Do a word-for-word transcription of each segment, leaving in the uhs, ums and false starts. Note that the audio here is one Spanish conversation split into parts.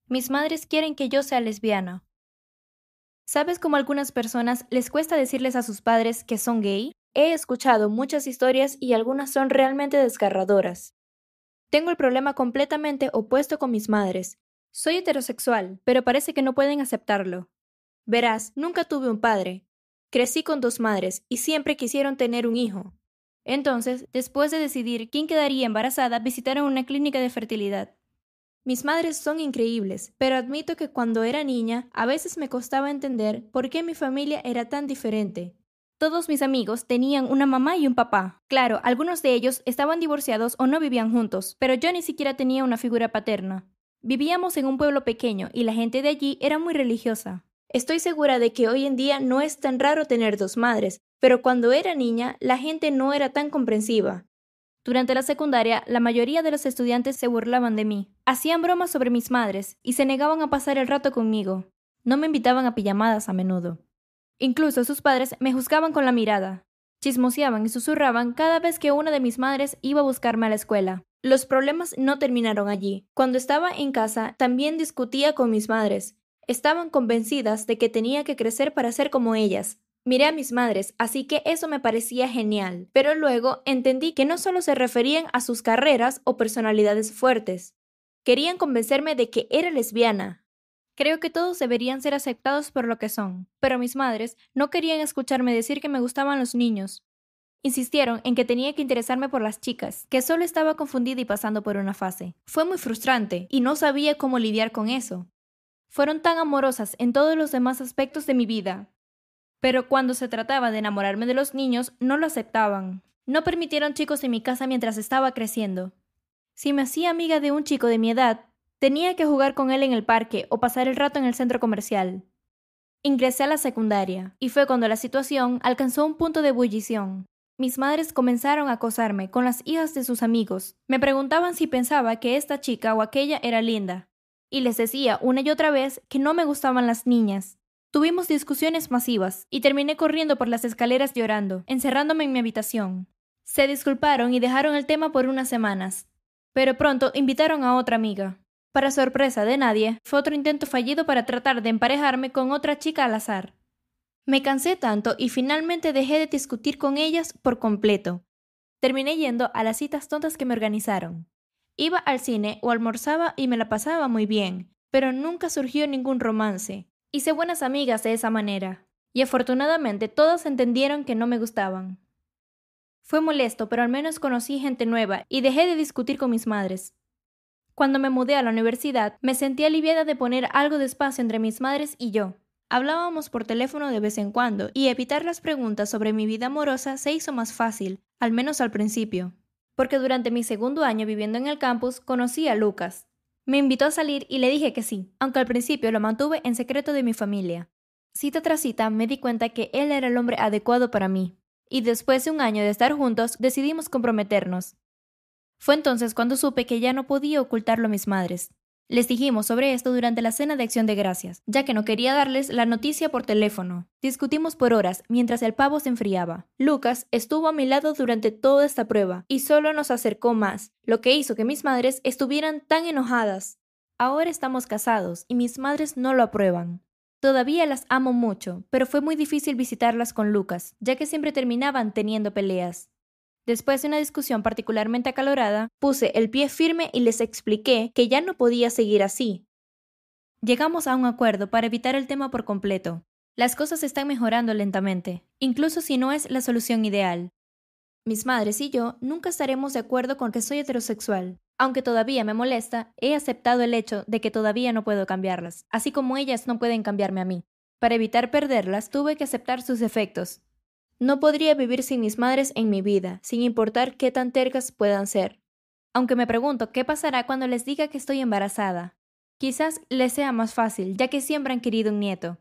Mis madres quieren que yo sea lesbiana. ¿Sabes cómo a algunas personas les cuesta decirles a sus padres que son gay? He escuchado muchas historias y algunas son realmente desgarradoras. Tengo el problema completamente opuesto con mis madres. Soy heterosexual, pero parece que no pueden aceptarlo. Verás, nunca tuve un padre. Crecí con dos madres y siempre quisieron tener un hijo. Entonces, después de decidir quién quedaría embarazada, visitaron una clínica de fertilidad. Mis madres son increíbles, pero admito que cuando era niña a veces me costaba entender por qué mi familia era tan diferente. Todos mis amigos tenían una mamá y un papá. Claro, algunos de ellos estaban divorciados o no vivían juntos, pero yo ni siquiera tenía una figura paterna. Vivíamos en un pueblo pequeño y la gente de allí era muy religiosa. Estoy segura de que hoy en día no es tan raro tener dos madres, pero cuando era niña la gente no era tan comprensiva. Durante la secundaria, la mayoría de los estudiantes se burlaban de mí. Hacían bromas sobre mis madres y se negaban a pasar el rato conmigo. No me invitaban a pijamadas a menudo. Incluso sus padres me juzgaban con la mirada. Chismoseaban y susurraban cada vez que una de mis madres iba a buscarme a la escuela. Los problemas no terminaron allí. Cuando estaba en casa, también discutía con mis madres. Estaban convencidas de que tenía que crecer para ser como ellas. Miré a mis madres, así que eso me parecía genial, pero luego entendí que no solo se referían a sus carreras o personalidades fuertes. Querían convencerme de que era lesbiana. Creo que todos deberían ser aceptados por lo que son, pero mis madres no querían escucharme decir que me gustaban los niños. Insistieron en que tenía que interesarme por las chicas, que solo estaba confundida y pasando por una fase. Fue muy frustrante, y no sabía cómo lidiar con eso. Fueron tan amorosas en todos los demás aspectos de mi vida, pero cuando se trataba de enamorarme de los niños, no lo aceptaban. No permitieron chicos en mi casa mientras estaba creciendo. Si me hacía amiga de un chico de mi edad, tenía que jugar con él en el parque o pasar el rato en el centro comercial. Ingresé a la secundaria, y fue cuando la situación alcanzó un punto de ebullición. Mis madres comenzaron a acosarme con las hijas de sus amigos. Me preguntaban si pensaba que esta chica o aquella era linda, y les decía una y otra vez que no me gustaban las niñas. Tuvimos discusiones masivas y terminé corriendo por las escaleras llorando, encerrándome en mi habitación. Se disculparon y dejaron el tema por unas semanas, pero pronto invitaron a otra amiga. Para sorpresa de nadie, fue otro intento fallido para tratar de emparejarme con otra chica al azar. Me cansé tanto y finalmente dejé de discutir con ellas por completo. Terminé yendo a las citas tontas que me organizaron. Iba al cine o almorzaba y me la pasaba muy bien, pero nunca surgió ningún romance. Hice buenas amigas de esa manera, y afortunadamente todas entendieron que no me gustaban. Fue molesto, pero al menos conocí gente nueva y dejé de discutir con mis madres. Cuando me mudé a la universidad, me sentí aliviada de poner algo de espacio entre mis madres y yo. Hablábamos por teléfono de vez en cuando, y evitar las preguntas sobre mi vida amorosa se hizo más fácil, al menos al principio. Porque durante mi segundo año viviendo en el campus, conocí a Lucas. Me invitó a salir y le dije que sí, aunque al principio lo mantuve en secreto de mi familia. Cita tras cita me di cuenta que él era el hombre adecuado para mí, y después de un año de estar juntos decidimos comprometernos. Fue entonces cuando supe que ya no podía ocultarlo a mis madres. Les dijimos sobre esto durante la cena de Acción de Gracias, ya que no quería darles la noticia por teléfono. Discutimos por horas mientras el pavo se enfriaba. Lucas estuvo a mi lado durante toda esta prueba y solo nos acercó más, lo que hizo que mis madres estuvieran tan enojadas. Ahora estamos casados y mis madres no lo aprueban. Todavía las amo mucho, pero fue muy difícil visitarlas con Lucas, ya que siempre terminaban teniendo peleas. Después de una discusión particularmente acalorada, puse el pie firme y les expliqué que ya no podía seguir así. Llegamos a un acuerdo para evitar el tema por completo. Las cosas están mejorando lentamente, incluso si no es la solución ideal. Mis madres y yo nunca estaremos de acuerdo con que soy heterosexual. Aunque todavía me molesta, he aceptado el hecho de que todavía no puedo cambiarlas, así como ellas no pueden cambiarme a mí. Para evitar perderlas, tuve que aceptar sus defectos. No podría vivir sin mis madres en mi vida, sin importar qué tan tercas puedan ser. Aunque me pregunto qué pasará cuando les diga que estoy embarazada. Quizás les sea más fácil, ya que siempre han querido un nieto.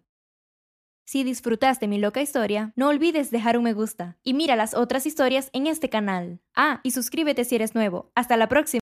Si disfrutaste mi loca historia, no olvides dejar un me gusta y mira las otras historias en este canal. Ah, y suscríbete si eres nuevo. Hasta la próxima.